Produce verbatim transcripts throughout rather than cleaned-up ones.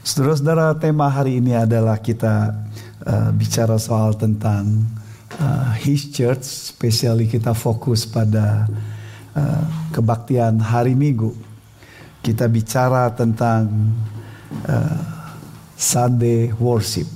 Saudara-saudara, tema hari ini adalah kita uh, bicara soal tentang uh, His Church, spesially kita fokus pada uh, kebaktian hari Minggu. Kita bicara tentang uh, Sunday Worship.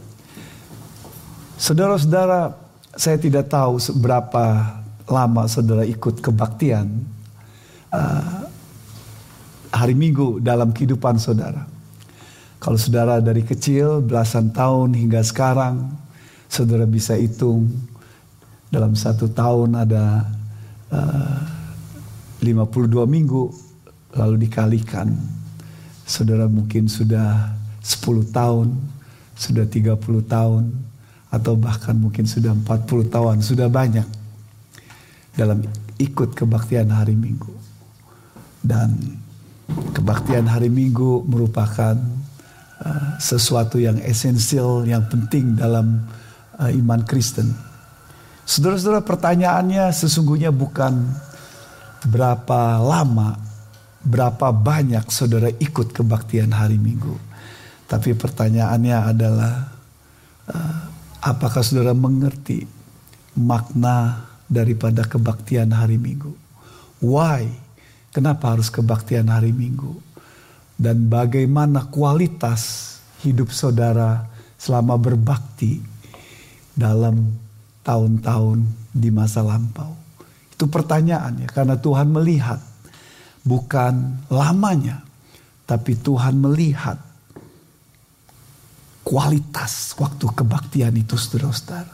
Saudara-saudara, saya tidak tahu seberapa lama saudara ikut kebaktian uh, hari Minggu dalam kehidupan saudara. Kalau saudara dari kecil belasan tahun hingga sekarang, saudara bisa hitung dalam satu tahun ada uh, lima puluh dua minggu, lalu dikalikan. Saudara mungkin sudah sepuluh tahun, sudah tiga puluh tahun, atau bahkan mungkin sudah empat puluh tahun, sudah banyak dalam ikut kebaktian hari Minggu. Dan kebaktian hari Minggu merupakan Uh, sesuatu yang esensial, yang penting dalam uh, iman Kristen. Saudara-saudara, pertanyaannya sesungguhnya bukan berapa lama, berapa banyak saudara ikut kebaktian hari Minggu. Tapi pertanyaannya adalah uh, apakah saudara mengerti makna daripada kebaktian hari Minggu? Why? Kenapa harus kebaktian hari Minggu? Dan bagaimana kualitas hidup saudara selama berbakti dalam tahun-tahun di masa lampau. Itu pertanyaannya, karena Tuhan melihat bukan lamanya, tapi Tuhan melihat kualitas waktu kebaktian itu, saudara-saudara.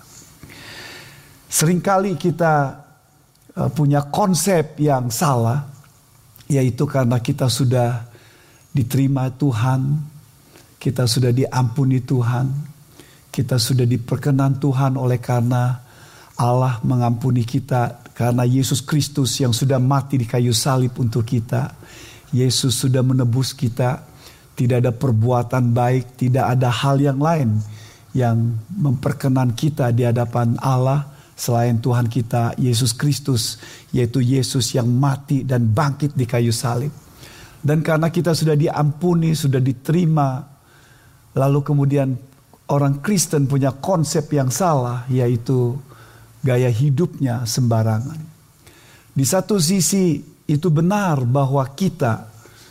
Seringkali kita uh, punya konsep yang salah, yaitu karena kita sudah diterima Tuhan, kita sudah diampuni Tuhan, kita sudah diperkenan Tuhan oleh karena Allah mengampuni kita, karena Yesus Kristus yang sudah mati di kayu salib untuk kita. Yesus sudah menebus kita, tidak ada perbuatan baik, tidak ada hal yang lain yang memperkenan kita di hadapan Allah selain Tuhan kita Yesus Kristus, yaitu Yesus yang mati dan bangkit di kayu salib. Dan karena kita sudah diampuni, sudah diterima, lalu kemudian orang Kristen punya konsep yang salah, yaitu gaya hidupnya sembarangan. Di satu sisi itu benar bahwa kita,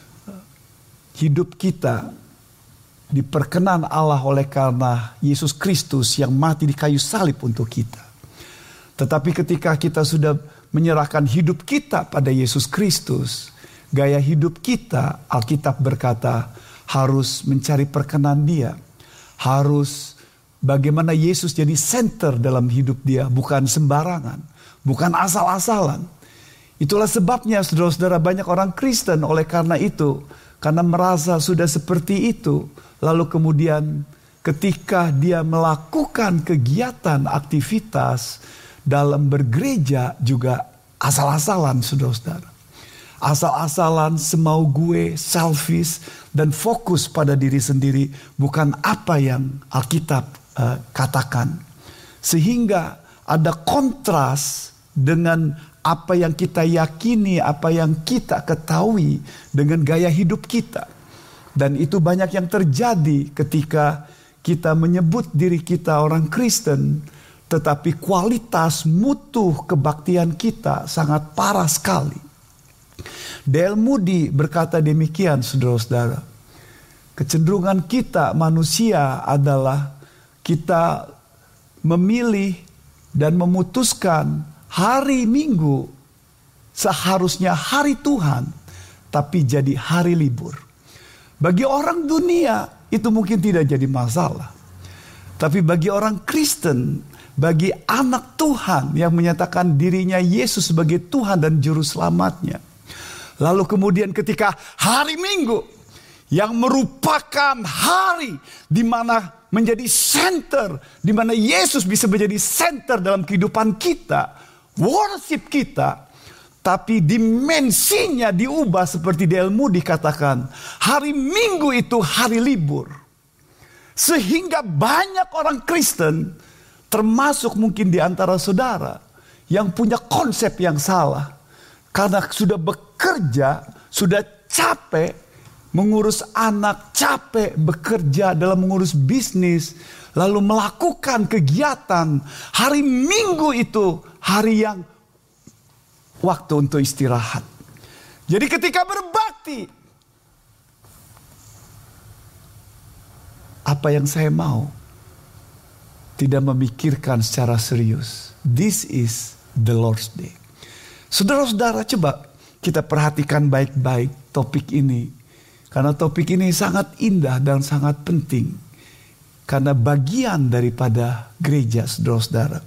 hidup kita diperkenan Allah oleh karena Yesus Kristus yang mati di kayu salib untuk kita. Tetapi ketika kita sudah menyerahkan hidup kita pada Yesus Kristus, gaya hidup kita, Alkitab berkata, harus mencari perkenan Dia. Harus bagaimana Yesus jadi center dalam hidup dia, bukan sembarangan, bukan asal-asalan. Itulah sebabnya saudara-saudara, banyak orang Kristen oleh karena itu, karena merasa sudah seperti itu, lalu kemudian ketika dia melakukan kegiatan, aktivitas dalam bergereja juga asal-asalan, saudara-saudara. Asal-asalan, semau gue, selfish, dan fokus pada diri sendiri, bukan apa yang Alkitab uh, katakan. Sehingga ada kontras dengan apa yang kita yakini, apa yang kita ketahui dengan gaya hidup kita. Dan itu banyak yang terjadi ketika kita menyebut diri kita orang Kristen, tetapi kualitas mutu kebaktian kita sangat parah sekali. D L Moody berkata demikian, saudara-saudara. Kecenderungan kita manusia adalah kita memilih dan memutuskan hari Minggu seharusnya hari Tuhan, tapi jadi hari libur. Bagi orang dunia itu mungkin tidak jadi masalah. Tapi bagi orang Kristen, bagi anak Tuhan yang menyatakan dirinya Yesus sebagai Tuhan dan Juru Selamatnya, lalu kemudian ketika hari Minggu yang merupakan hari di mana menjadi center, di mana Yesus bisa menjadi center dalam kehidupan kita, worship kita, tapi dimensinya diubah seperti D L Moody katakan, hari Minggu itu hari libur. Sehingga banyak orang Kristen, termasuk mungkin di antara saudara, yang punya konsep yang salah. Karena sudah bekerja, sudah capek, mengurus anak, capek bekerja dalam mengurus bisnis, lalu melakukan kegiatan. Hari Minggu itu hari yang waktu untuk istirahat. Jadi ketika berbakti, apa yang saya mau, tidak memikirkan secara serius. This is the Lord's Day. Saudara-saudara, coba kita perhatikan baik-baik topik ini. Karena topik ini sangat indah dan sangat penting. Karena bagian daripada gereja, saudara-saudara.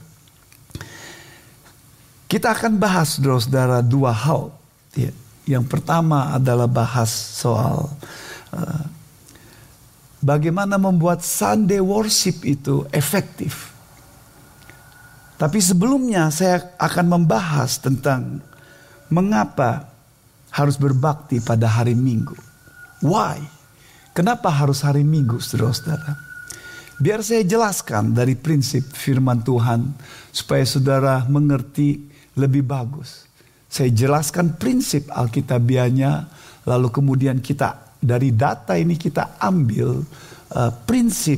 Kita akan bahas, saudara-saudara, dua hal. Ya. Yang pertama adalah bahas soal uh, bagaimana membuat Sunday worship itu efektif. Tapi sebelumnya saya akan membahas tentang mengapa harus berbakti pada hari Minggu. Why? Kenapa harus hari Minggu, saudara-saudara? Biar saya jelaskan dari prinsip firman Tuhan supaya saudara mengerti lebih bagus. Saya jelaskan prinsip Alkitabiahnya, lalu kemudian kita dari data ini kita ambil uh, prinsip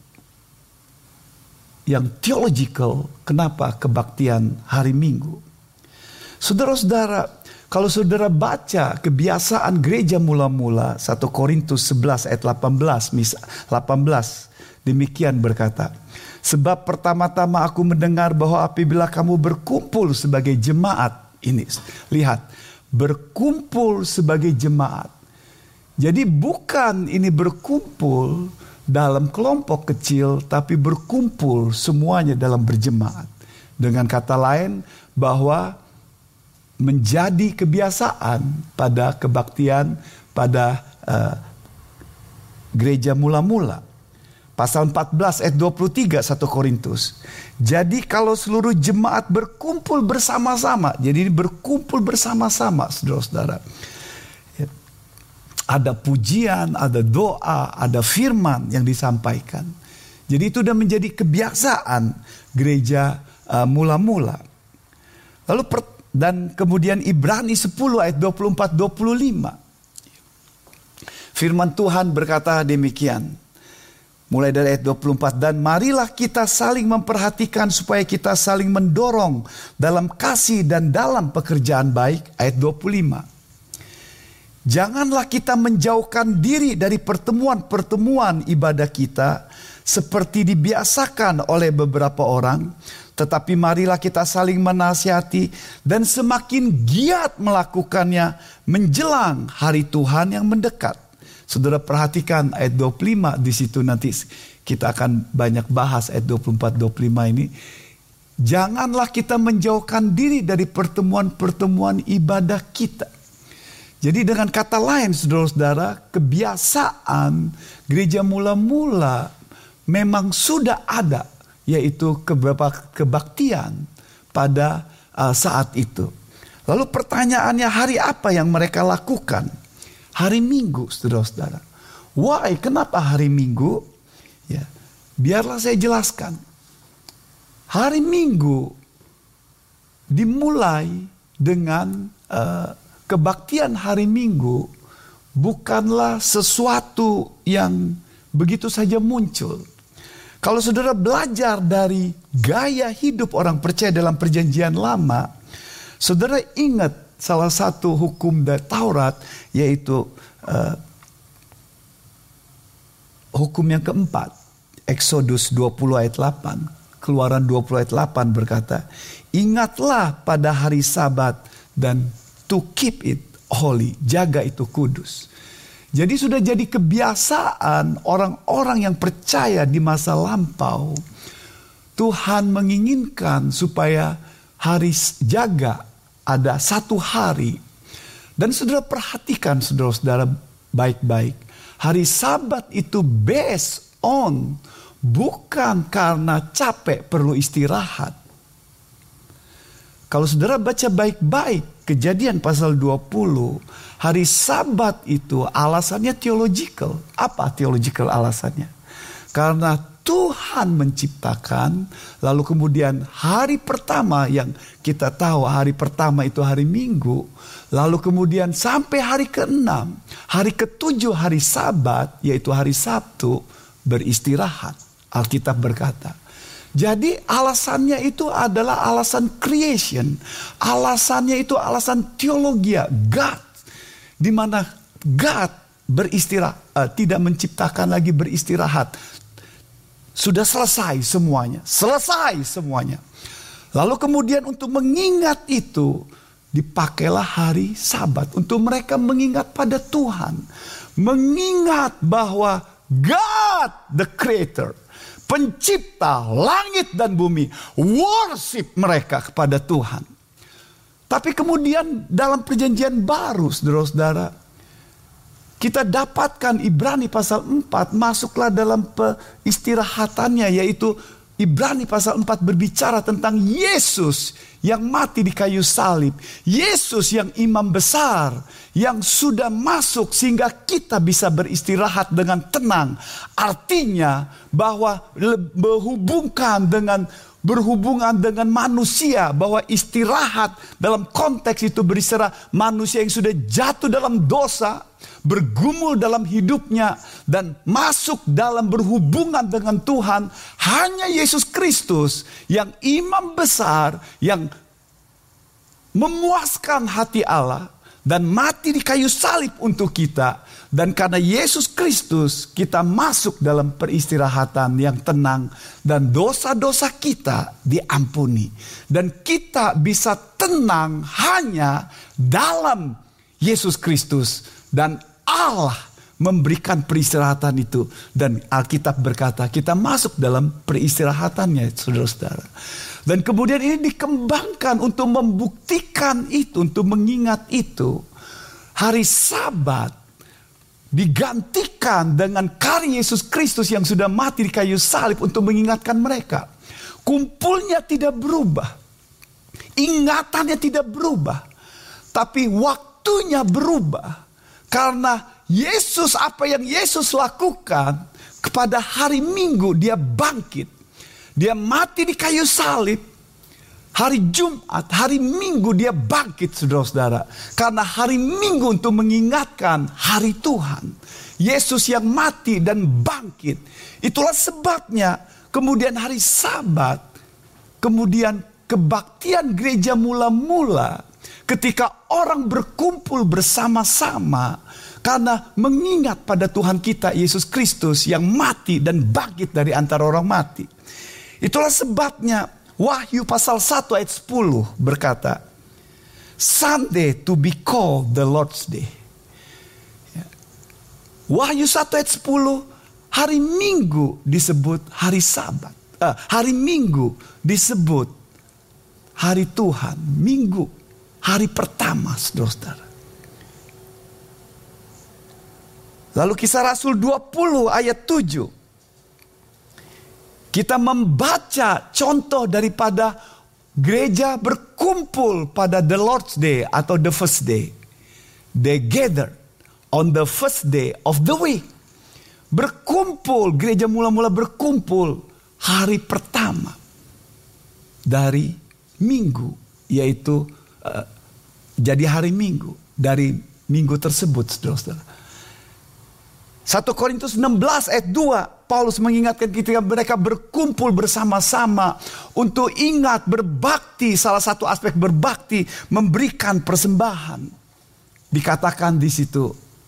yang theological kenapa kebaktian hari Minggu. Saudara-saudara, kalau saudara baca kebiasaan gereja mula-mula satu Korintus sebelas ayat delapan belas, delapan belas demikian berkata, sebab pertama-tama aku mendengar bahwa apabila kamu berkumpul sebagai jemaat, ini lihat, berkumpul sebagai jemaat. Jadi bukan ini berkumpul dalam kelompok kecil, tapi berkumpul semuanya dalam berjemaat. Dengan kata lain, bahwa menjadi kebiasaan pada kebaktian pada uh, gereja mula-mula. Pasal empat belas ayat dua puluh tiga satu Korintus. Jadi kalau seluruh jemaat berkumpul bersama-sama. Jadi berkumpul bersama-sama, saudara-saudara. Ada pujian, ada doa, ada firman yang disampaikan. Jadi itu sudah menjadi kebiasaan gereja uh, mula-mula. Lalu per, dan kemudian Ibrani sepuluh ayat dua puluh empat dua puluh lima. Firman Tuhan berkata demikian. Mulai dari ayat dua puluh empat. Dan marilah kita saling memperhatikan supaya kita saling mendorong dalam kasih dan dalam pekerjaan baik. Ayat dua puluh lima. Janganlah kita menjauhkan diri dari pertemuan-pertemuan ibadah kita seperti dibiasakan oleh beberapa orang. Tetapi marilah kita saling menasihati dan semakin giat melakukannya menjelang hari Tuhan yang mendekat. Saudara perhatikan ayat dua puluh lima di situ, nanti kita akan banyak bahas ayat dua puluh empat dua puluh lima ini. Janganlah kita menjauhkan diri dari pertemuan-pertemuan ibadah kita. Jadi dengan kata lain, saudara-saudara, kebiasaan gereja mula-mula memang sudah ada, yaitu beberapa kebaktian pada uh, saat itu. Lalu pertanyaannya, hari apa yang mereka lakukan? Hari Minggu, saudara-saudara. Why? Kenapa hari Minggu? Ya, biarlah saya jelaskan. Hari Minggu dimulai dengan uh, kebaktian hari Minggu bukanlah sesuatu yang begitu saja muncul. Kalau saudara belajar dari gaya hidup orang percaya dalam perjanjian lama, saudara ingat salah satu hukum dari Taurat, yaitu uh, hukum yang keempat. Exodus dua puluh ayat delapan. Keluaran dua puluh ayat delapan berkata, ingatlah pada hari Sabat dan to keep it holy. Jaga itu kudus. Jadi sudah jadi kebiasaan orang-orang yang percaya di masa lampau. Tuhan menginginkan supaya hari jaga ada satu hari. Dan saudara perhatikan, saudara-saudara, baik-baik. Hari Sabat itu based on, bukan karena capek perlu istirahat. Kalau saudara baca baik-baik Kejadian pasal dua puluh, hari Sabat itu alasannya theological. Apa theological alasannya? Karena Tuhan menciptakan, lalu kemudian hari pertama yang kita tahu hari pertama itu hari Minggu, lalu kemudian sampai hari keenam, hari ketujuh hari Sabat, yaitu hari Sabtu, beristirahat. Alkitab berkata. Jadi alasannya itu adalah alasan creation, alasannya itu alasan teologia, God, di mana God beristirahat, uh, tidak menciptakan lagi beristirahat. Sudah selesai semuanya, selesai semuanya. Lalu kemudian untuk mengingat itu, dipakailah hari Sabat untuk mereka mengingat pada Tuhan, mengingat bahwa God the Creator, pencipta langit dan bumi, worship mereka kepada Tuhan. Tapi kemudian dalam perjanjian baru, saudara-saudara, kita dapatkan Ibrani pasal empat, masuklah dalam peistirahatannya, yaitu Ibrani pasal empat berbicara tentang Yesus yang mati di kayu salib. Yesus yang imam besar, yang sudah masuk sehingga kita bisa beristirahat dengan tenang. Artinya bahwa berhubungkan dengan berhubungan dengan manusia, bahwa istirahat dalam konteks itu beristirahat manusia yang sudah jatuh dalam dosa, bergumul dalam hidupnya dan masuk dalam berhubungan dengan Tuhan. Hanya Yesus Kristus yang imam besar, yang memuaskan hati Allah dan mati di kayu salib untuk kita. Dan karena Yesus Kristus kita masuk dalam peristirahatan yang tenang, dan dosa-dosa kita diampuni, dan kita bisa tenang hanya dalam Yesus Kristus. Dan Allah memberikan peristirahatan itu, dan Alkitab berkata kita masuk dalam peristirahatannya, saudara-saudara. Dan kemudian ini dikembangkan untuk membuktikan itu, untuk mengingat itu. Hari Sabat digantikan dengan karya Yesus Kristus yang sudah mati di kayu salib untuk mengingatkan mereka. Kumpulnya tidak berubah, ingatannya tidak berubah, tapi waktunya berubah. Karena Yesus, apa yang Yesus lakukan kepada hari Minggu, dia bangkit, dia mati di kayu salib. Hari Jumat, hari Minggu dia bangkit, saudara-saudara. Karena hari Minggu untuk mengingatkan hari Tuhan. Yesus yang mati dan bangkit. Itulah sebabnya kemudian hari Sabat, kemudian kebaktian gereja mula-mula, ketika orang berkumpul bersama-sama karena mengingat pada Tuhan kita Yesus Kristus yang mati dan bangkit dari antara orang mati. Itulah sebabnya Wahyu pasal satu ayat sepuluh berkata, Sunday to be called the Lord's Day. Wahyu satu ayat sepuluh, hari Minggu disebut hari Sabat. Uh, hari Minggu disebut hari Tuhan. Minggu, hari pertama, saudara-saudara. Lalu Kisah Rasul dua puluh ayat tujuh. Kita membaca contoh daripada gereja berkumpul pada the Lord's Day atau the first day. They gather on the first day of the week. Berkumpul, gereja mula-mula berkumpul hari pertama dari minggu, yaitu uh, jadi hari Minggu dari minggu tersebut, saudara-saudara. satu Korintus enam belas ayat dua, Paulus mengingatkan ketika mereka berkumpul bersama-sama untuk ingat berbakti. Salah satu aspek berbakti memberikan persembahan. Dikatakan di situ,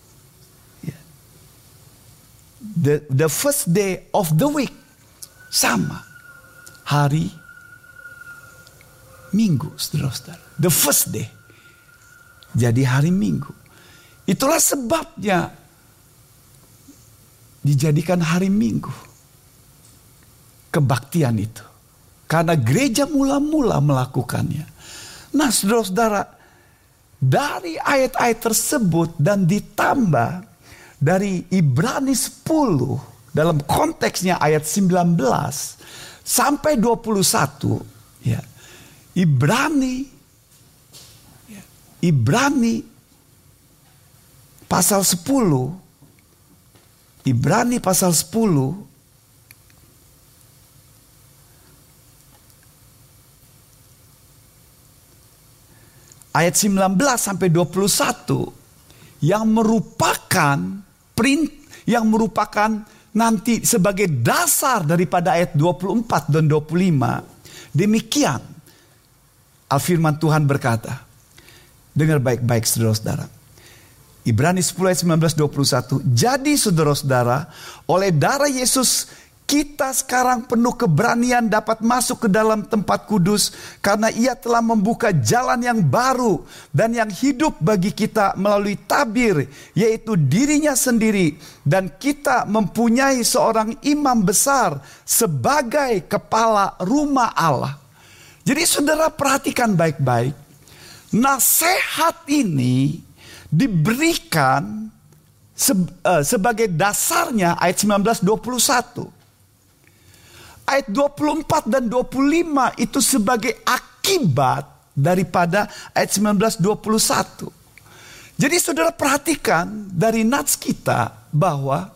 the, the first day of the week, sama hari Minggu, saudara-saudara. The first day, jadi hari Minggu. Itulah sebabnya dijadikan hari Minggu kebaktian itu, karena gereja mula-mula melakukannya. Nah, saudara-saudara, dari ayat-ayat tersebut dan ditambah dari Ibrani sepuluh dalam konteksnya ayat sembilan belas sampai dua puluh satu, ya. Ibrani ya, Ibrani pasal sepuluh Ibrani pasal sepuluh ayat sembilan belas sampai dua puluh satu yang merupakan print yang merupakan nanti sebagai dasar daripada ayat dua puluh empat dan dua puluh lima. Demikian Al-Firman Tuhan berkata. Dengar baik-baik saudara-saudara. Ibrani sepuluh ayat sembilan belas dua puluh satu. Jadi saudara-saudara, oleh darah Yesus kita sekarang penuh keberanian dapat masuk ke dalam tempat kudus karena ia telah membuka jalan yang baru dan yang hidup bagi kita melalui tabir, yaitu dirinya sendiri, dan kita mempunyai seorang imam besar sebagai kepala rumah Allah. Jadi saudara perhatikan baik-baik, nasihat ini diberikan se, uh, sebagai dasarnya ayat sembilan belas dua puluh satu. Ayat dua puluh empat dan dua puluh lima itu sebagai akibat daripada ayat sembilan belas dua puluh satu. Jadi saudara perhatikan dari nats kita bahwa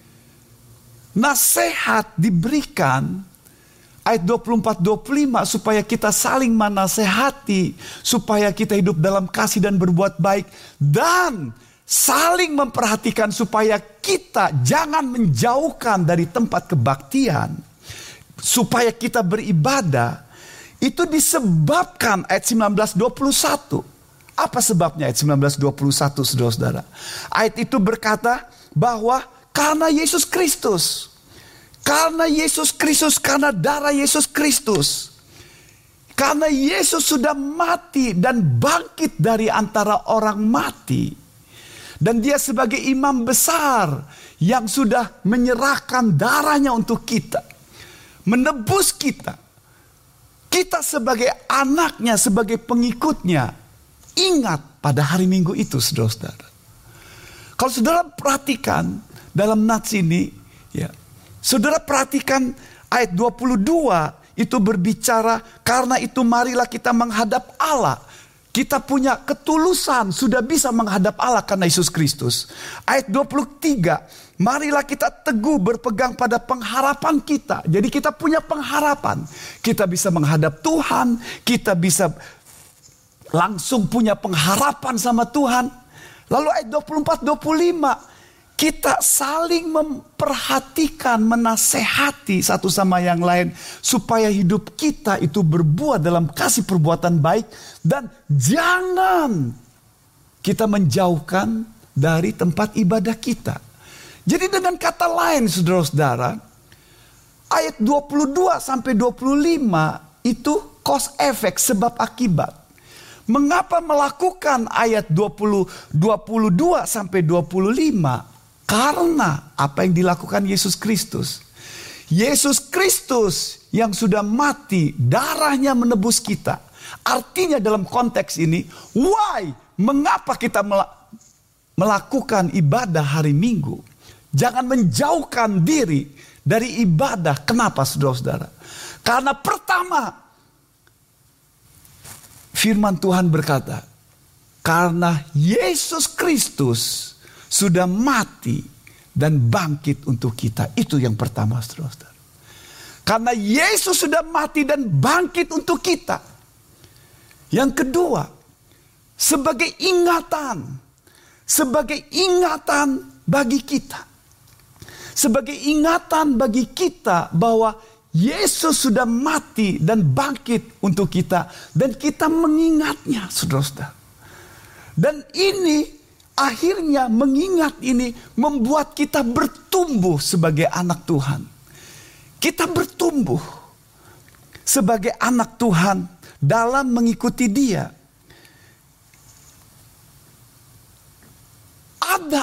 nasihat diberikan ayat dua puluh empat dua puluh lima supaya kita saling menasehati, supaya kita hidup dalam kasih dan berbuat baik, dan saling memperhatikan supaya kita jangan menjauhkan dari tempat kebaktian, supaya kita beribadah. Itu disebabkan ayat sembilan belas dua puluh satu. Apa sebabnya ayat sembilan belas dua puluh satu, saudara-saudara? Ayat itu berkata bahwa karena Yesus Kristus, karena Yesus Kristus, karena darah Yesus Kristus, karena Yesus sudah mati dan bangkit dari antara orang mati, dan dia sebagai imam besar yang sudah menyerahkan darahnya untuk kita, menebus kita. Kita sebagai anaknya, sebagai pengikutnya, ingat pada hari Minggu itu, saudara-saudara. Kalau saudara perhatikan dalam nats ini, ya, saudara perhatikan ayat dua puluh dua itu berbicara, karena itu marilah kita menghadap Allah. Kita punya ketulusan, sudah bisa menghadap Allah karena Yesus Kristus. Ayat dua puluh tiga, marilah kita teguh berpegang pada pengharapan kita. Jadi kita punya pengharapan. Kita bisa menghadap Tuhan, kita bisa langsung punya pengharapan sama Tuhan. Lalu ayat dua puluh empat dua puluh lima, kita saling memperhatikan, menasehati satu sama yang lain, supaya hidup kita itu berbuat dalam kasih perbuatan baik, dan jangan kita menjauhkan dari tempat ibadah kita. Jadi dengan kata lain, saudara-saudara, ayat dua puluh dua sampai dua puluh lima itu cause effect, sebab akibat. Mengapa melakukan ayat dua puluh, dua puluh dua sampai dua puluh lima? Karena apa yang dilakukan Yesus Kristus. Yesus Kristus yang sudah mati, darahnya menebus kita. Artinya dalam konteks ini, why? Mengapa kita melakukan ibadah hari Minggu? Jangan menjauhkan diri dari ibadah. Kenapa, saudara-saudara? Karena pertama, firman Tuhan berkata, karena Yesus Kristus sudah mati dan bangkit untuk kita. Itu yang pertama, saudara-saudara. Karena Yesus sudah mati dan bangkit untuk kita. Yang kedua, sebagai ingatan. Sebagai ingatan bagi kita. Sebagai ingatan bagi kita bahwa Yesus sudah mati dan bangkit untuk kita. Dan kita mengingatnya, saudara-saudara. Dan ini akhirnya mengingat ini membuat kita bertumbuh sebagai anak Tuhan. Kita bertumbuh sebagai anak Tuhan dalam mengikuti Dia. Ada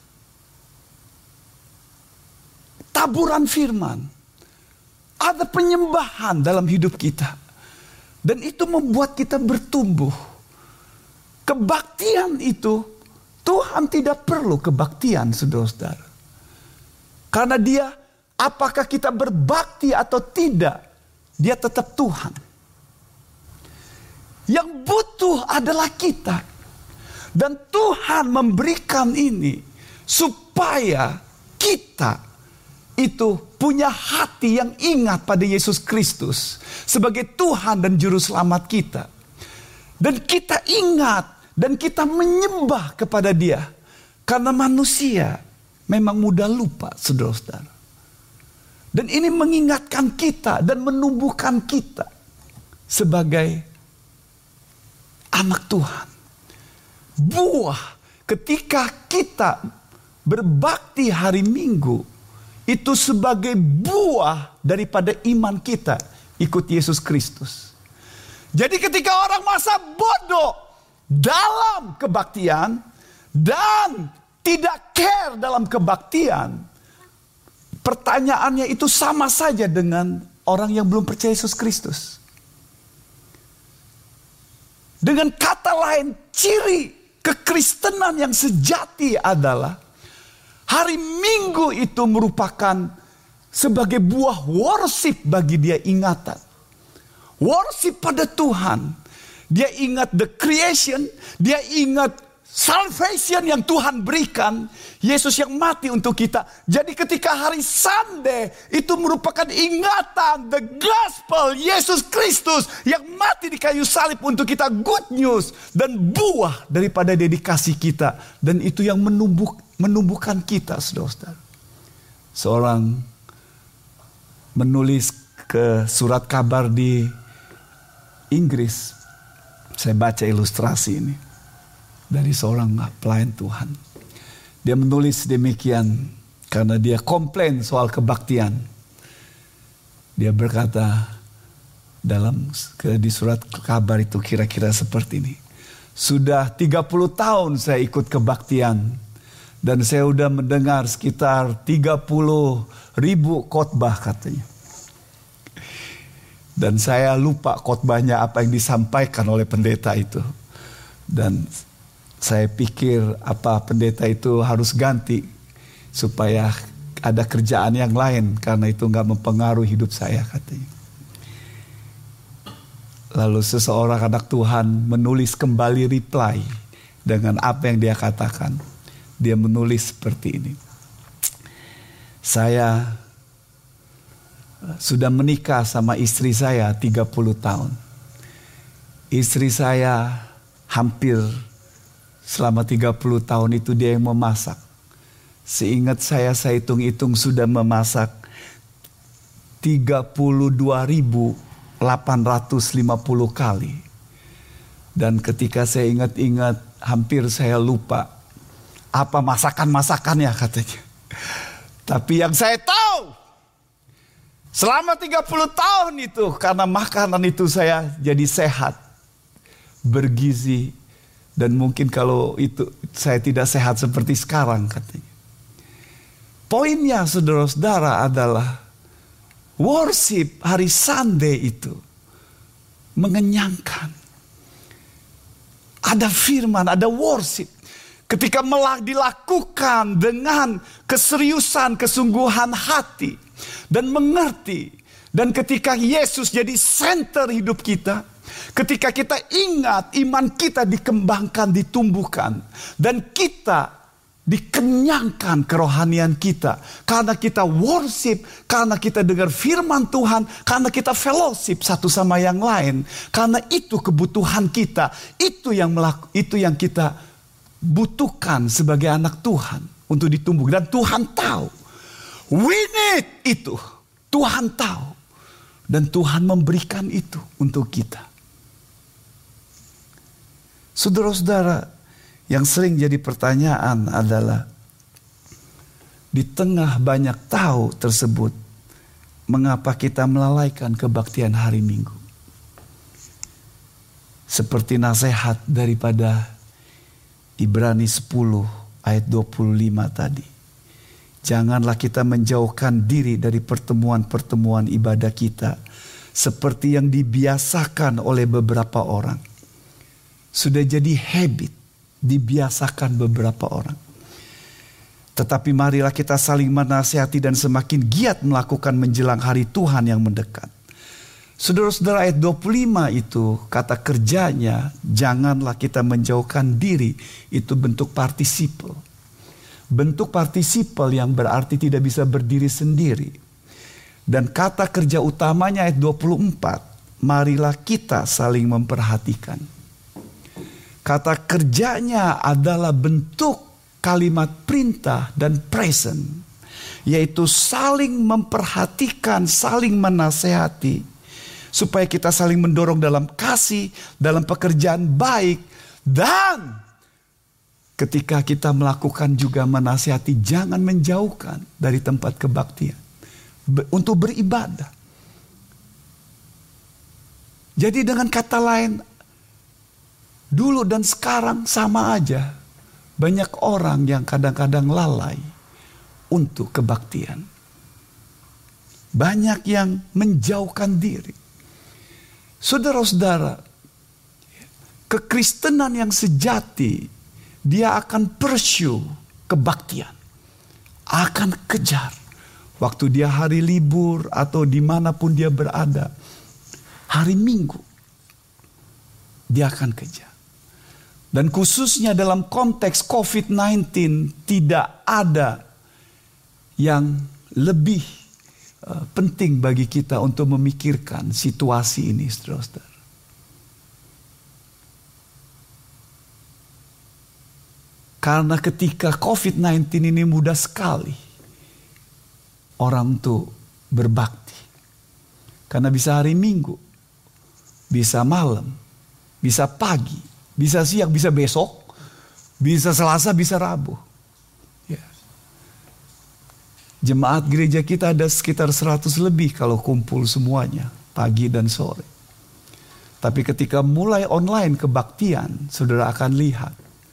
taburan firman, ada penyembahan dalam hidup kita, dan itu membuat kita bertumbuh. Kebaktian itu, Tuhan tidak perlu kebaktian, saudara-saudara. Karena Dia, apakah kita berbakti atau tidak, Dia tetap Tuhan. Yang butuh adalah kita. Dan Tuhan memberikan ini supaya kita itu punya hati yang ingat pada Yesus Kristus sebagai Tuhan dan Juru Selamat kita. Dan kita ingat dan kita menyembah kepada Dia. Karena manusia memang mudah lupa, saudara-saudara. Dan ini mengingatkan kita dan menumbuhkan kita sebagai anak Tuhan. Buah ketika kita berbakti hari Minggu, itu sebagai buah daripada iman kita ikut Yesus Kristus. Jadi ketika orang masa bodoh dalam kebaktian dan tidak care dalam kebaktian, pertanyaannya itu sama saja dengan orang yang belum percaya Yesus Kristus. Dengan kata lain, ciri kekristenan yang sejati adalah hari Minggu itu merupakan sebagai buah worship bagi dia, ingatan. Worship pada Tuhan. Dia ingat the creation, dia ingat salvation yang Tuhan berikan, Yesus yang mati untuk kita. Jadi ketika hari Sunday itu merupakan ingatan the gospel, Yesus Kristus yang mati di kayu salib untuk kita, good news dan buah daripada dedikasi kita. Dan itu yang menumbuh, menumbuhkan kita, saudara-saudara. Seorang menulis ke surat kabar di Inggris, saya baca ilustrasi ini dari seorang pelayan Tuhan. Dia menulis demikian karena dia komplain soal kebaktian. Dia berkata dalam ke, di surat kabar itu kira-kira seperti ini. Sudah tiga puluh tahun saya ikut kebaktian dan saya sudah mendengar sekitar tiga puluh ribu khotbah katanya. Dan saya lupa khotbahnya apa yang disampaikan oleh pendeta itu. Dan saya pikir apa pendeta itu harus ganti supaya ada kerjaan yang lain karena itu nggak mempengaruhi hidup saya, katanya. Lalu seseorang anak Tuhan menulis kembali reply dengan apa yang dia katakan. Dia menulis seperti ini. Saya sudah menikah sama istri saya tiga puluh tahun. Istri saya hampir selama tiga puluh tahun itu dia yang memasak. Seingat saya, saya hitung-hitung sudah memasak tiga puluh dua ribu delapan ratus lima puluh kali. Dan ketika saya ingat-ingat, hampir saya lupa apa masakan-masakannya, katanya. Tapi yang saya tahu, selama tiga puluh tahun itu, karena makanan itu saya jadi sehat, bergizi. Dan mungkin kalau itu saya tidak sehat seperti sekarang, katanya. Poinnya, saudara-saudara, adalah worship hari Sunday itu mengenyangkan. Ada firman, ada worship. Ketika melah dilakukan dengan keseriusan, kesungguhan hati dan mengerti. Dan ketika Yesus jadi center hidup kita, ketika kita ingat iman kita dikembangkan, ditumbuhkan, dan kita dikenyangkan kerohanian kita karena kita worship, karena kita dengar firman Tuhan, karena kita fellowship satu sama yang lain, karena itu kebutuhan kita, itu yang melaku, itu yang kita butuhkan sebagai anak Tuhan untuk ditumbuh. Dan Tuhan tahu, we need itu, Tuhan tahu, dan Tuhan memberikan itu untuk kita. Saudara-saudara, yang sering jadi pertanyaan adalah, di tengah banyak tahu tersebut, mengapa kita melalaikan kebaktian hari Minggu? Seperti nasihat daripada Ibrani sepuluh ayat dua puluh lima tadi. Janganlah kita menjauhkan diri dari pertemuan-pertemuan ibadah kita, seperti yang dibiasakan oleh beberapa orang. Sudah jadi habit, dibiasakan beberapa orang. Tetapi marilah kita saling menasihati dan semakin giat melakukan menjelang hari Tuhan yang mendekat. Saudara-saudara, ayat dua puluh lima itu kata kerjanya, janganlah kita menjauhkan diri, itu bentuk partisipal. Bentuk partisipal yang berarti tidak bisa berdiri sendiri. Dan kata kerja utamanya ayat dua puluh empat, marilah kita saling memperhatikan. Kata kerjanya adalah bentuk kalimat perintah dan present, yaitu saling memperhatikan, saling menasehati, supaya kita saling mendorong dalam kasih, dalam pekerjaan baik, dan ketika kita melakukan juga menasihati, jangan menjauhkan dari tempat kebaktian untuk beribadah. Jadi dengan kata lain, dulu dan sekarang sama aja. Banyak orang yang kadang-kadang lalai untuk kebaktian. Banyak yang menjauhkan diri. Saudara-saudara, kekristenan yang sejati, dia akan pursue kebaktian. Akan kejar. Waktu dia hari libur atau dimanapun dia berada. Hari Minggu. Dia akan kejar. Dan khususnya dalam konteks covid sembilan belas tidak ada yang lebih uh, penting bagi kita untuk memikirkan situasi ini, saudara-saudara. Karena ketika covid sembilan belas ini mudah sekali orang tuh berbakti. Karena bisa hari Minggu, bisa malam, bisa pagi, bisa siang, bisa besok, bisa Selasa, bisa Rabu. Ya. Jemaat gereja kita ada sekitar seratus lebih kalau kumpul semuanya, pagi dan sore. Tapi ketika mulai online kebaktian, saudara akan lihat.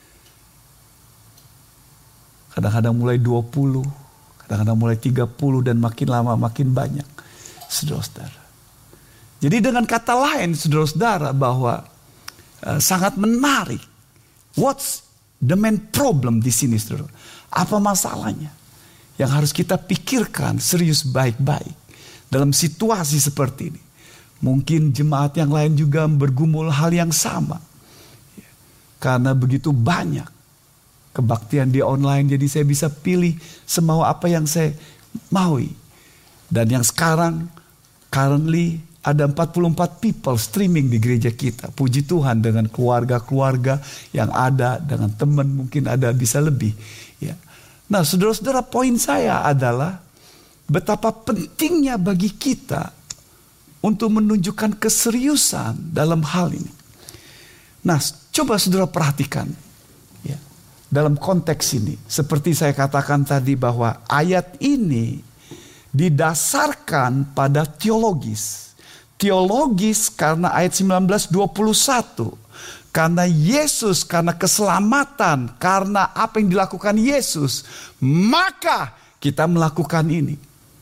Kadang-kadang mulai dua puluh, kadang-kadang mulai tiga puluh, dan makin lama makin banyak, saudara-saudara. Jadi dengan kata lain, saudara-saudara, bahwa Uh, sangat menarik. What's the main problem di sini, saudara? Apa masalahnya yang harus kita pikirkan serius baik-baik dalam situasi seperti ini? Mungkin jemaat yang lain juga bergumul hal yang sama. Ya. Karena begitu banyak kebaktian di online, jadi saya bisa pilih semau apa yang saya maui. Dan yang sekarang, currently, ada empat puluh empat people streaming di gereja kita. Puji Tuhan, dengan keluarga-keluarga yang ada, dengan teman mungkin ada bisa lebih. Ya. Nah, saudara-saudara, poin saya adalah betapa pentingnya bagi kita untuk menunjukkan keseriusan dalam hal ini. Nah, coba saudara perhatikan. Ya, dalam konteks ini, seperti saya katakan tadi bahwa ayat ini didasarkan pada teologis. Teologis karena ayat sembilan belas dua puluh satu. Karena Yesus, karena keselamatan, karena apa yang dilakukan Yesus, maka kita melakukan ini.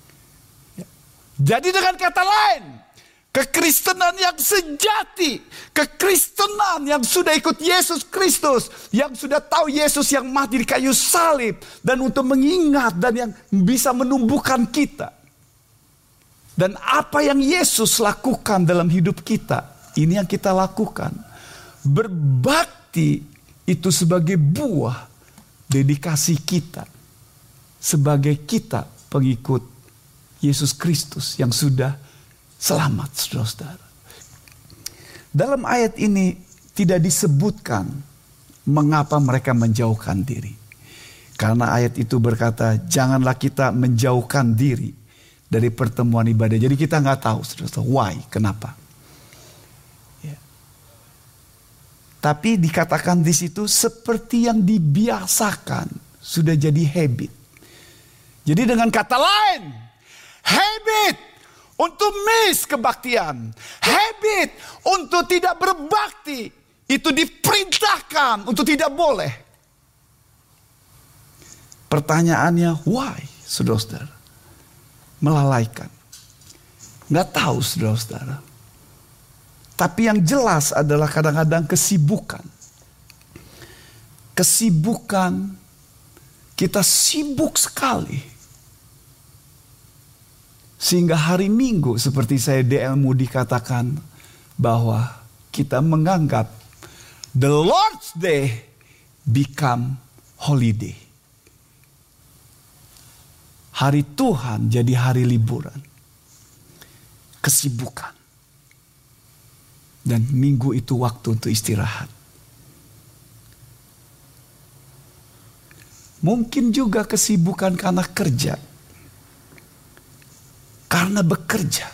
Jadi dengan kata lain, kekristenan yang sejati, kekristenan yang sudah ikut Yesus Kristus, yang sudah tahu Yesus yang mati di kayu salib, dan untuk mengingat dan yang bisa menumbuhkan kita. Dan apa yang Yesus lakukan dalam hidup kita, ini yang kita lakukan. Berbakti itu sebagai buah dedikasi kita. Sebagai kita pengikut Yesus Kristus yang sudah selamat, saudara-saudara. Dalam ayat ini tidak disebutkan mengapa mereka menjauhkan diri. Karena ayat itu berkata, janganlah kita menjauhkan diri dari pertemuan ibadah. Jadi kita nggak tahu, saudara, why, kenapa. Ya. Tapi dikatakan di situ seperti yang dibiasakan, sudah jadi habit. Jadi dengan kata lain, habit untuk miss kebaktian, habit untuk tidak berbakti, itu diperintahkan untuk tidak boleh. Pertanyaannya, why, saudara-saudara? Melalaikan. Nggak tahu, saudara-saudara. Tapi yang jelas adalah kadang-kadang kesibukan. Kesibukan, kita sibuk sekali. Sehingga hari Minggu, seperti saya D L Moody katakan, bahwa kita menganggap the Lord's Day become holiday. Hari Tuhan jadi hari liburan. Kesibukan. Dan Minggu itu waktu untuk istirahat. Mungkin juga kesibukan karena kerja. Karena bekerja.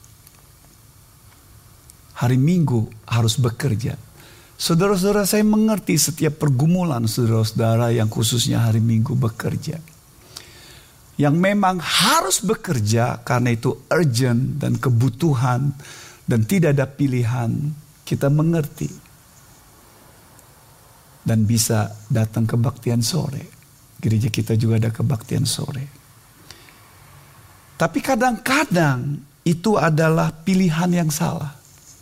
Hari Minggu harus bekerja. Saudara-saudara, saya mengerti setiap pergumulan saudara-saudara yang khususnya hari Minggu bekerja. Yang memang harus bekerja karena itu urgent dan kebutuhan dan tidak ada pilihan. Kita mengerti. Dan bisa datang kebaktian sore. Gereja kita juga ada kebaktian sore. Tapi kadang-kadang itu adalah pilihan yang salah.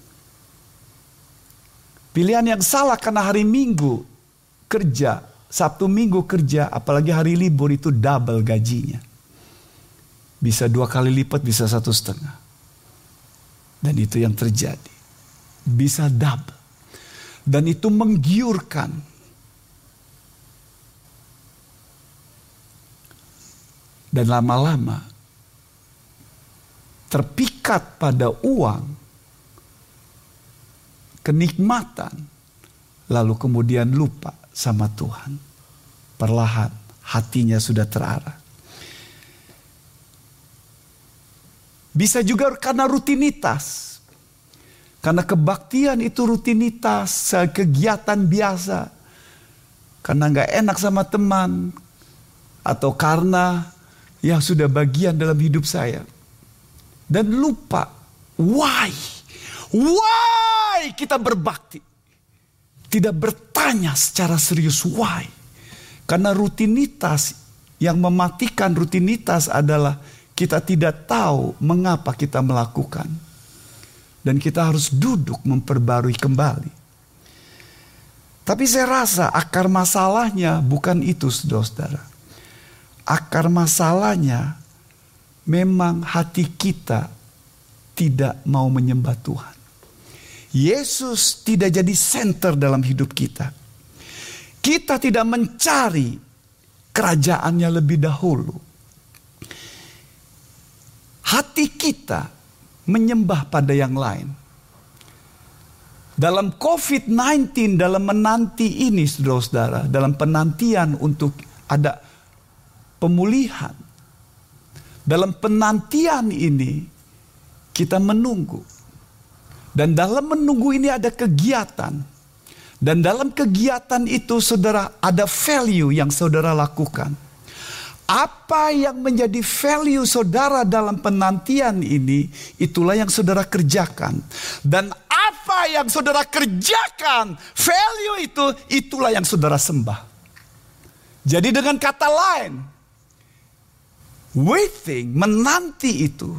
Pilihan yang salah karena hari Minggu kerja, Sabtu Minggu kerja, apalagi hari libur itu double gajinya. Bisa dua kali lipat, bisa satu setengah. Dan itu yang terjadi. Bisa double. Dan itu menggiurkan. Dan lama-lama terpikat pada uang, kenikmatan, lalu kemudian lupa sama Tuhan. Perlahan hatinya sudah terarah. Bisa juga karena rutinitas. Karena kebaktian itu rutinitas, kegiatan biasa. Karena gak enak sama teman. Atau karena yang sudah bagian dalam hidup saya. Dan lupa, why? Why kita berbakti? Tidak bertanya secara serius why. Karena rutinitas, yang mematikan rutinitas adalah kita tidak tahu mengapa kita melakukan. Dan kita harus duduk memperbarui kembali. Tapi saya rasa akar masalahnya bukan itu, saudara-saudara. Akar masalahnya memang hati kita tidak mau menyembah Tuhan. Yesus tidak jadi center dalam hidup kita. Kita tidak mencari kerajaannya lebih dahulu. Hati kita menyembah pada yang lain. Dalam covid sembilan belas, dalam menanti ini saudara-saudara, dalam penantian untuk ada pemulihan. Dalam penantian ini kita menunggu. Dan dalam menunggu ini ada kegiatan. Dan dalam kegiatan itu saudara ada value yang saudara lakukan. Apa yang menjadi value saudara dalam penantian ini, itulah yang saudara kerjakan. Dan apa yang saudara kerjakan, value itu, itulah yang saudara sembah. Jadi dengan kata lain, waiting, menanti itu,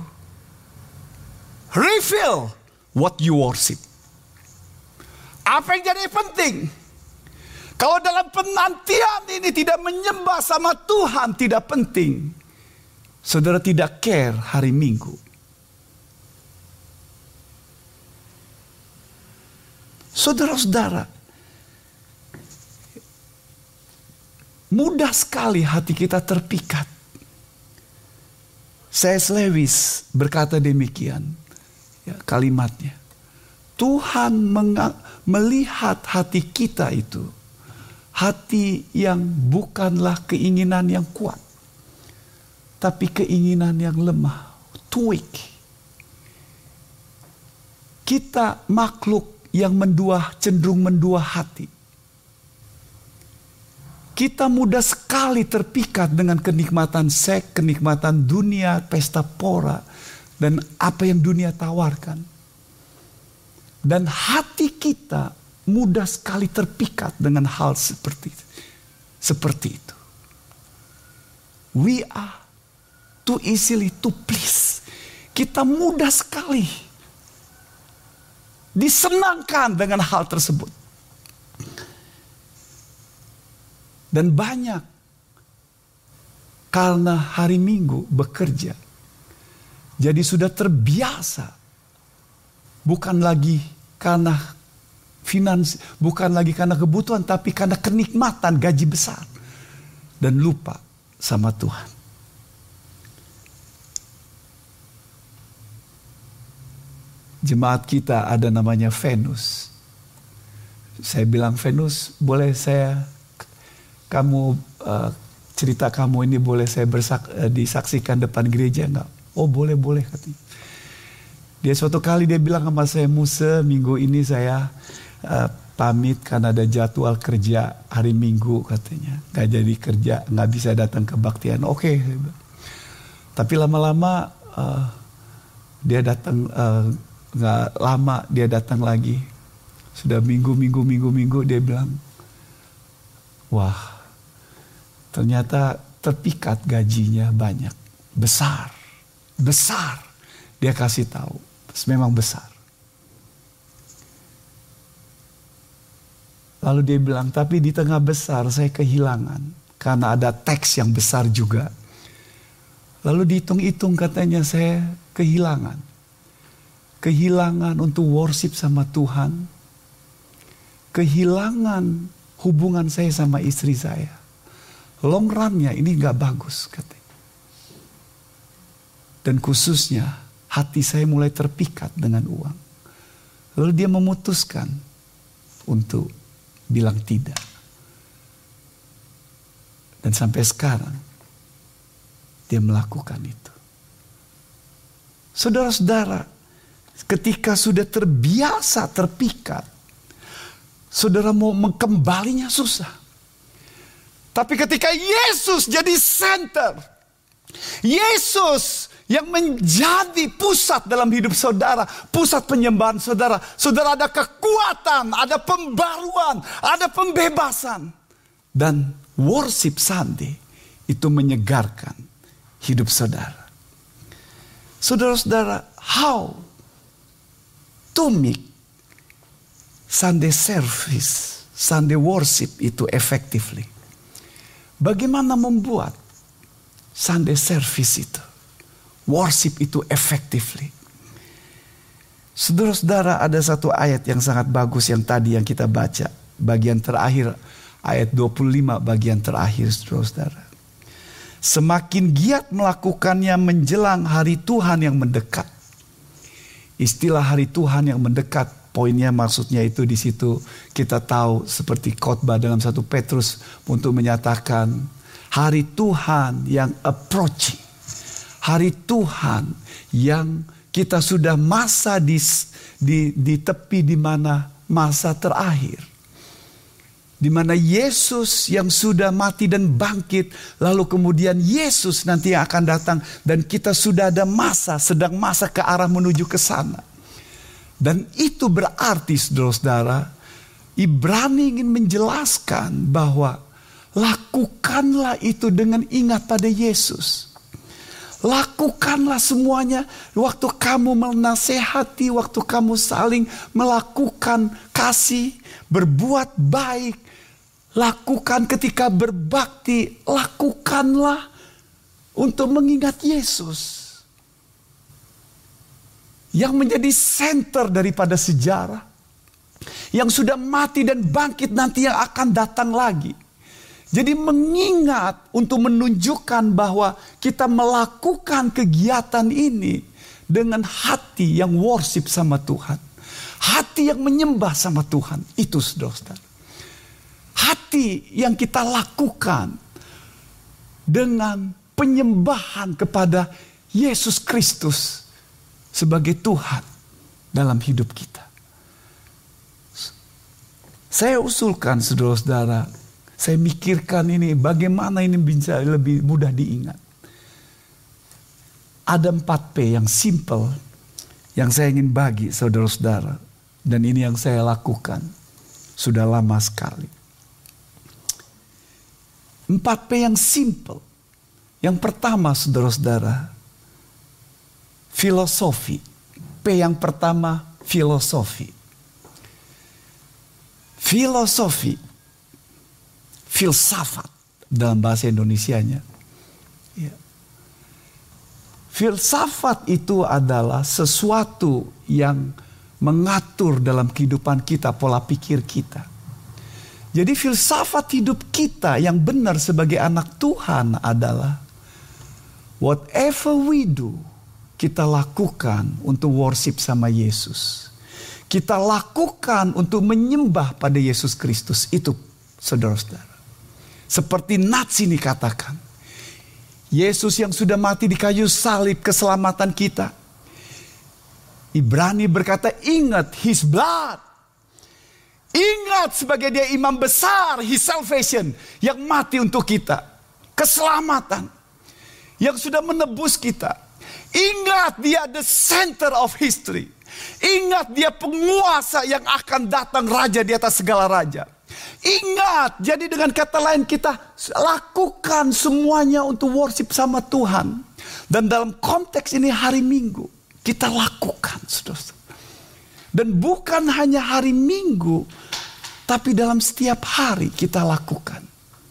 reveal what you worship. Apa yang jadi penting? Kalau dalam penantian ini tidak menyembah sama Tuhan, tidak penting. Saudara tidak care hari Minggu. Saudara-saudara, mudah sekali hati kita terpikat. C S Lewis berkata demikian. Ya, kalimatnya. Tuhan menga- melihat hati kita itu. Hati yang bukanlah keinginan yang kuat. Tapi keinginan yang lemah. Weak. Kita makhluk yang mendua, cenderung mendua hati. Kita mudah sekali terpikat dengan kenikmatan seks, kenikmatan dunia, pesta pora. Dan apa yang dunia tawarkan. Dan hati kita mudah sekali terpikat dengan hal seperti itu. Seperti itu. We are too easily to please. Kita mudah sekali disenangkan dengan hal tersebut. Dan banyak karena hari Minggu bekerja. Jadi sudah terbiasa. Bukan lagi karena finansi, bukan lagi karena kebutuhan, tapi karena kenikmatan gaji besar. Dan lupa sama Tuhan. Jemaat kita ada namanya Venus. Saya bilang, Venus, boleh saya, kamu uh, cerita kamu ini boleh saya bersak, disaksikan depan gereja enggak? Oh boleh, boleh katanya. Dia suatu kali dia bilang sama saya, Musa, minggu ini saya uh, pamit karena ada jadwal kerja hari Minggu katanya. Gak jadi kerja, gak bisa datang kebaktian. Oke. Okay. Tapi lama-lama uh, dia datang, uh, gak lama dia datang lagi. Sudah minggu, minggu, minggu, minggu dia bilang, wah ternyata terpikat gajinya banyak. Besar, besar. Dia kasih tahu. Memang besar. Lalu dia bilang, tapi di tengah besar saya kehilangan. Karena ada teks yang besar juga. Lalu dihitung-hitung katanya saya kehilangan. Kehilangan untuk worship sama Tuhan. Kehilangan hubungan saya sama istri saya. Long run-nya ini gak bagus katanya. Dan khususnya hati saya mulai terpikat dengan uang. Lalu dia memutuskan untuk bilang tidak. Dan sampai sekarang dia melakukan itu. Saudara-saudara, ketika sudah terbiasa terpikat, saudara mau mengembalinya susah. Tapi ketika Yesus jadi center, Yesus yang menjadi pusat dalam hidup saudara, pusat penyembahan saudara. Saudara ada kekuatan, ada pembaruan, ada pembebasan. Dan worship Sunday itu menyegarkan hidup saudara. Saudara-saudara, how to make Sunday service, Sunday worship itu effectively? Bagaimana membuat Sunday service itu, worship itu effectively? Saudara-saudara, ada satu ayat yang sangat bagus yang tadi yang kita baca. Bagian terakhir, ayat dua puluh lima bagian terakhir, saudara-saudara. Semakin giat melakukannya menjelang hari Tuhan yang mendekat. Istilah hari Tuhan yang mendekat, poinnya maksudnya itu di situ kita tahu seperti khotbah dalam satu Petrus untuk menyatakan hari Tuhan yang approaching. Hari Tuhan yang kita sudah masa di, di, di tepi di mana masa terakhir. Di mana Yesus yang sudah mati dan bangkit. Lalu kemudian Yesus nanti yang akan datang. Dan kita sudah ada masa, sedang masa ke arah menuju ke sana. Dan itu berarti saudara-saudara, Ibrani ingin menjelaskan bahwa lakukanlah itu dengan ingat pada Yesus. Lakukanlah semuanya waktu kamu menasehati, waktu kamu saling melakukan kasih, berbuat baik. Lakukan ketika berbakti, lakukanlah untuk mengingat Yesus. Yang menjadi center daripada sejarah. Yang sudah mati dan bangkit nanti yang akan datang lagi. Jadi mengingat untuk menunjukkan bahwa kita melakukan kegiatan ini dengan hati yang worship sama Tuhan. Hati yang menyembah sama Tuhan. Itu saudara-saudara. Hati yang kita lakukan dengan penyembahan kepada Yesus Kristus sebagai Tuhan dalam hidup kita. Saya usulkan saudara-saudara, saya mikirkan ini bagaimana ini bisa lebih mudah diingat. Ada empat P yang simple yang saya ingin bagi saudara-saudara. Dan ini yang saya lakukan sudah lama sekali. Empat P yang simple. Yang pertama saudara-saudara, filosofi. P yang pertama, filosofi. Filosofi. Filsafat dalam bahasa Indonesianya. Ya. Filsafat itu adalah sesuatu yang mengatur dalam kehidupan kita, pola pikir kita. Jadi filsafat hidup kita yang benar sebagai anak Tuhan adalah whatever we do, kita lakukan untuk worship sama Yesus. Kita lakukan untuk menyembah pada Yesus Kristus. Itu saudara-saudara. Seperti Nats ini katakan, Yesus yang sudah mati di kayu salib keselamatan kita. Ibrani berkata, ingat his blood. Ingat sebagai dia imam besar, his salvation, yang mati untuk kita. Keselamatan yang sudah menebus kita. Ingat dia the center of history. Ingat dia penguasa yang akan datang, raja di atas segala raja. Ingat, jadi dengan kata lain kita lakukan semuanya untuk worship sama Tuhan. Dan dalam konteks ini hari Minggu kita lakukan, saudara. Dan bukan hanya hari Minggu, tapi dalam setiap hari kita lakukan.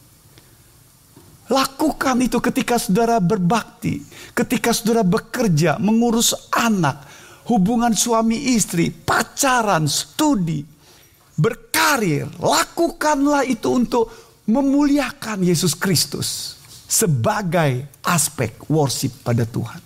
Lakukan itu ketika saudara berbakti, ketika saudara bekerja, mengurus anak, hubungan suami istri, pacaran, studi, berkarir. Lakukanlah itu untuk memuliakan Yesus Kristus sebagai aspek worship pada Tuhan.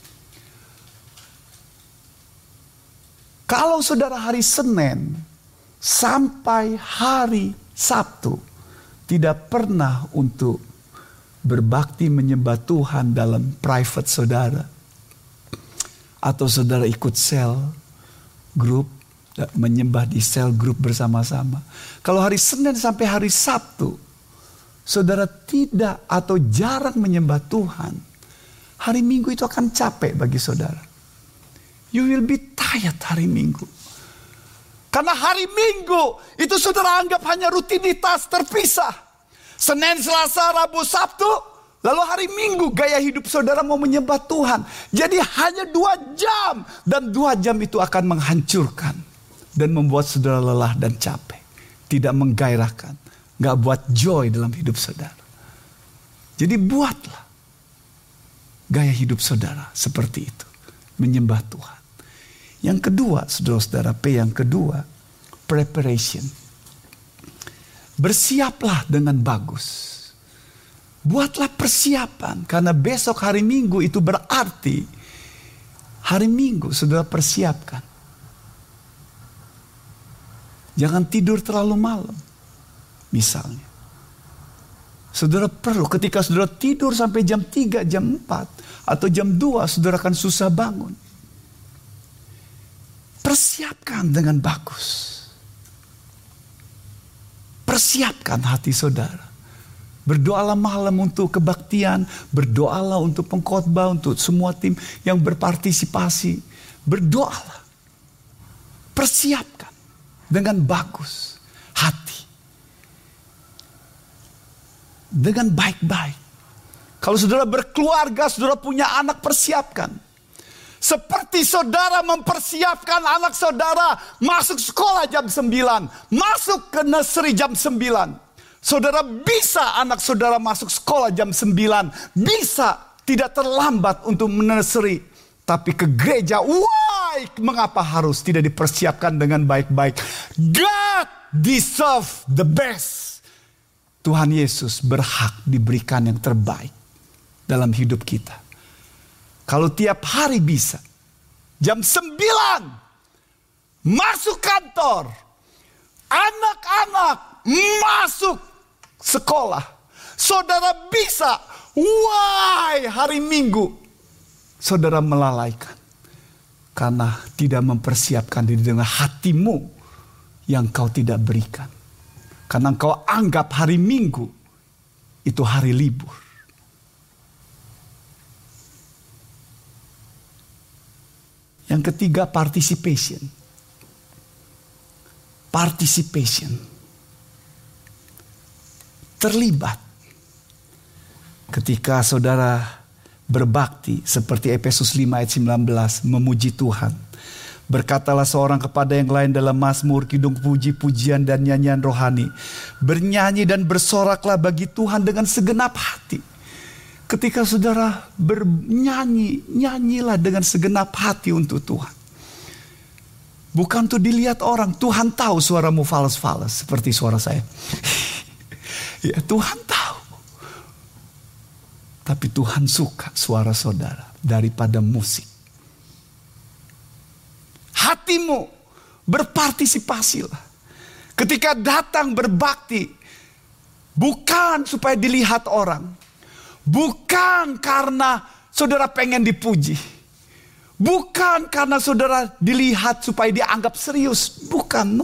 Kalau saudara hari Senin sampai hari Sabtu tidak pernah untuk berbakti menyembah Tuhan dalam private saudara, atau saudara ikut sel grup, menyembah di sel grup bersama-sama. Kalau hari Senin sampai hari Sabtu saudara tidak atau jarang menyembah Tuhan, hari Minggu itu akan capek bagi saudara. You will be tired hari Minggu. Karena hari Minggu itu saudara anggap hanya rutinitas terpisah. Senin, Selasa, Rabu, Sabtu. Lalu hari Minggu gaya hidup saudara mau menyembah Tuhan. Jadi hanya dua jam. Dan dua jam itu akan menghancurkan. Dan membuat saudara lelah dan capek. Tidak menggairahkan. Gak buat joy dalam hidup saudara. Jadi buatlah gaya hidup saudara seperti itu. Menyembah Tuhan. Yang kedua, saudara-saudara, P yang kedua, preparation. Bersiaplah dengan bagus. Buatlah persiapan, karena besok hari Minggu itu berarti hari Minggu saudara persiapkan. Jangan tidur terlalu malam, misalnya. Saudara perlu ketika saudara tidur sampai jam tiga, jam empat, atau jam dua, saudara akan susah bangun. Persiapkan dengan bagus. Persiapkan hati saudara. Berdoalah malam untuk kebaktian. Berdoalah untuk pengkhotbah, untuk semua tim yang berpartisipasi. Berdoalah. Persiapkan dengan bagus hati. Dengan baik-baik. Kalau saudara berkeluarga, saudara punya anak, persiapkan. Seperti saudara mempersiapkan anak saudara masuk sekolah jam sembilan. Masuk ke nursery jam sembilan. Saudara bisa anak saudara masuk sekolah jam sembilan. Bisa tidak terlambat untuk nursery. Tapi ke gereja, why? Mengapa harus tidak dipersiapkan dengan baik-baik? God deserve the best. Tuhan Yesus berhak diberikan yang terbaik dalam hidup kita. Kalau tiap hari bisa, jam sembilan, masuk kantor, anak-anak masuk sekolah. Saudara bisa, why hari Minggu saudara melalaikan. Karena tidak mempersiapkan diri dengan hatimu yang kau tidak berikan. Karena kau anggap hari Minggu itu hari libur. Yang ketiga, participation. Participation. Terlibat. Ketika saudara berbakti seperti Efesus lima ayat sembilan belas, memuji Tuhan. Berkatalah seorang kepada yang lain dalam mazmur, kidung puji, pujian dan nyanyian rohani. Bernyanyi dan bersoraklah bagi Tuhan dengan segenap hati. Ketika saudara bernyanyi, nyanyilah dengan segenap hati untuk Tuhan. Bukan untuk dilihat orang. Tuhan tahu suaramu fals-fals seperti suara saya. Ya, Tuhan tahu. Tapi Tuhan suka suara saudara daripada musik. Hatimu berpartisipasilah. Ketika datang berbakti, Bukan supaya dilihat orang. Bukan karena saudara pengen dipuji. Bukan karena saudara dilihat supaya dianggap serius. Bukan. No.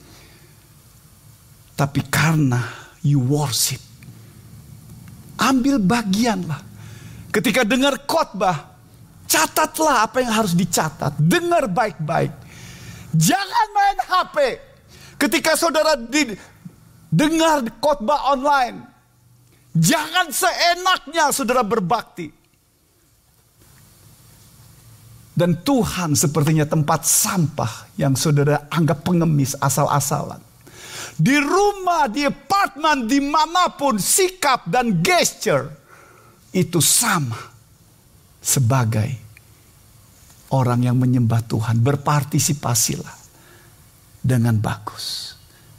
Tapi karena you worship. Ambil bagianlah. Ketika dengar khotbah, catatlah apa yang harus dicatat. Dengar baik-baik. Jangan main H P. Ketika saudara di, dengar khotbah online, jangan seenaknya saudara berbakti. Dan Tuhan sepertinya tempat sampah yang saudara anggap pengemis asal-asalan. Di rumah, di apartemen, dimanapun sikap dan gesture itu sama sebagai orang yang menyembah Tuhan. Berpartisipasilah dengan bagus.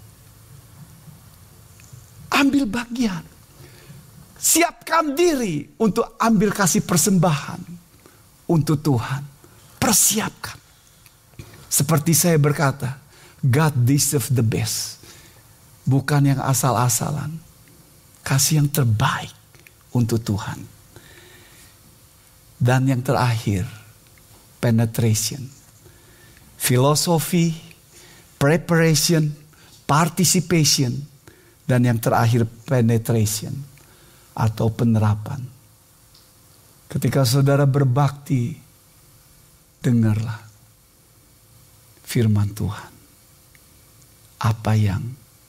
Ambil bagian. Siapkan diri untuk ambil kasih persembahan untuk Tuhan. Persiapkan. Seperti saya berkata, God deserves the best. Bukan yang asal-asalan. Kasih yang terbaik untuk Tuhan. Dan yang terakhir, penetration. Filosofi, preparation, participation. Dan yang terakhir, penetration atau penerapan. Ketika saudara berbakti, dengarlah firman Tuhan. Apa yang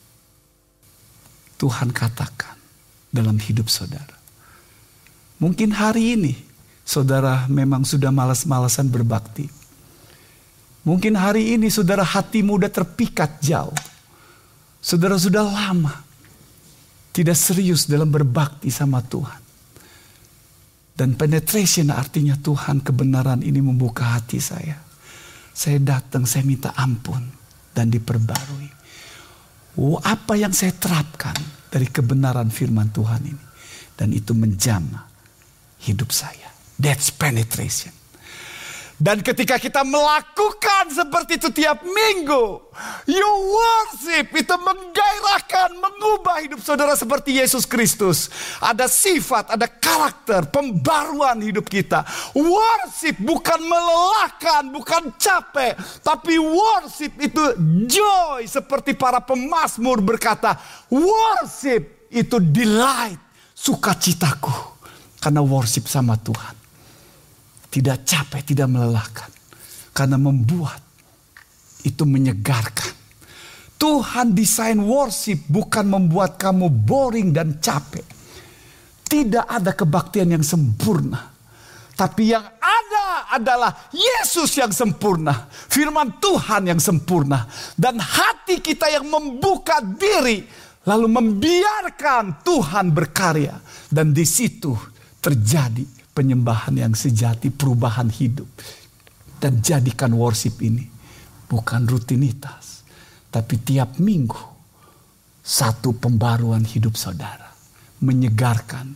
Tuhan katakan dalam hidup saudara. Mungkin hari ini saudara memang sudah malas-malasan berbakti. Mungkin hari ini saudara hatimu udah terpikat jauh. Saudara sudah lama tidak serius dalam berbakti sama Tuhan. Dan penetration artinya Tuhan kebenaran ini membuka hati saya. Saya datang, saya minta ampun dan diperbarui. Oh, apa yang saya terapkan dari kebenaran firman Tuhan ini. Dan itu menjamah hidup saya. That's penetration. Dan ketika kita melakukan seperti itu tiap minggu, you worship, itu menggairahkan, mengubah hidup saudara seperti Yesus Kristus. Ada sifat, ada karakter, pembaruan hidup kita. Worship bukan melelahkan, bukan capek, tapi worship itu joy, seperti para pemazmur berkata, worship itu delight, sukacitaku, karena worship sama Tuhan. Tidak capek, tidak melelahkan. Karena membuat itu menyegarkan. Tuhan desain worship bukan membuat kamu boring dan capek. Tidak ada kebaktian yang sempurna. Tapi yang ada adalah Yesus yang sempurna. Firman Tuhan yang sempurna. Dan hati kita yang membuka diri. Lalu membiarkan Tuhan berkarya. Dan di situ terjadi penyembahan yang sejati, perubahan hidup. Dan jadikan worship ini bukan rutinitas, tapi tiap minggu satu pembaruan hidup saudara. Menyegarkan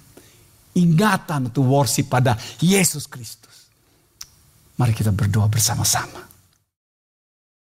ingatan untuk worship pada Yesus Kristus. Mari kita berdoa bersama-sama.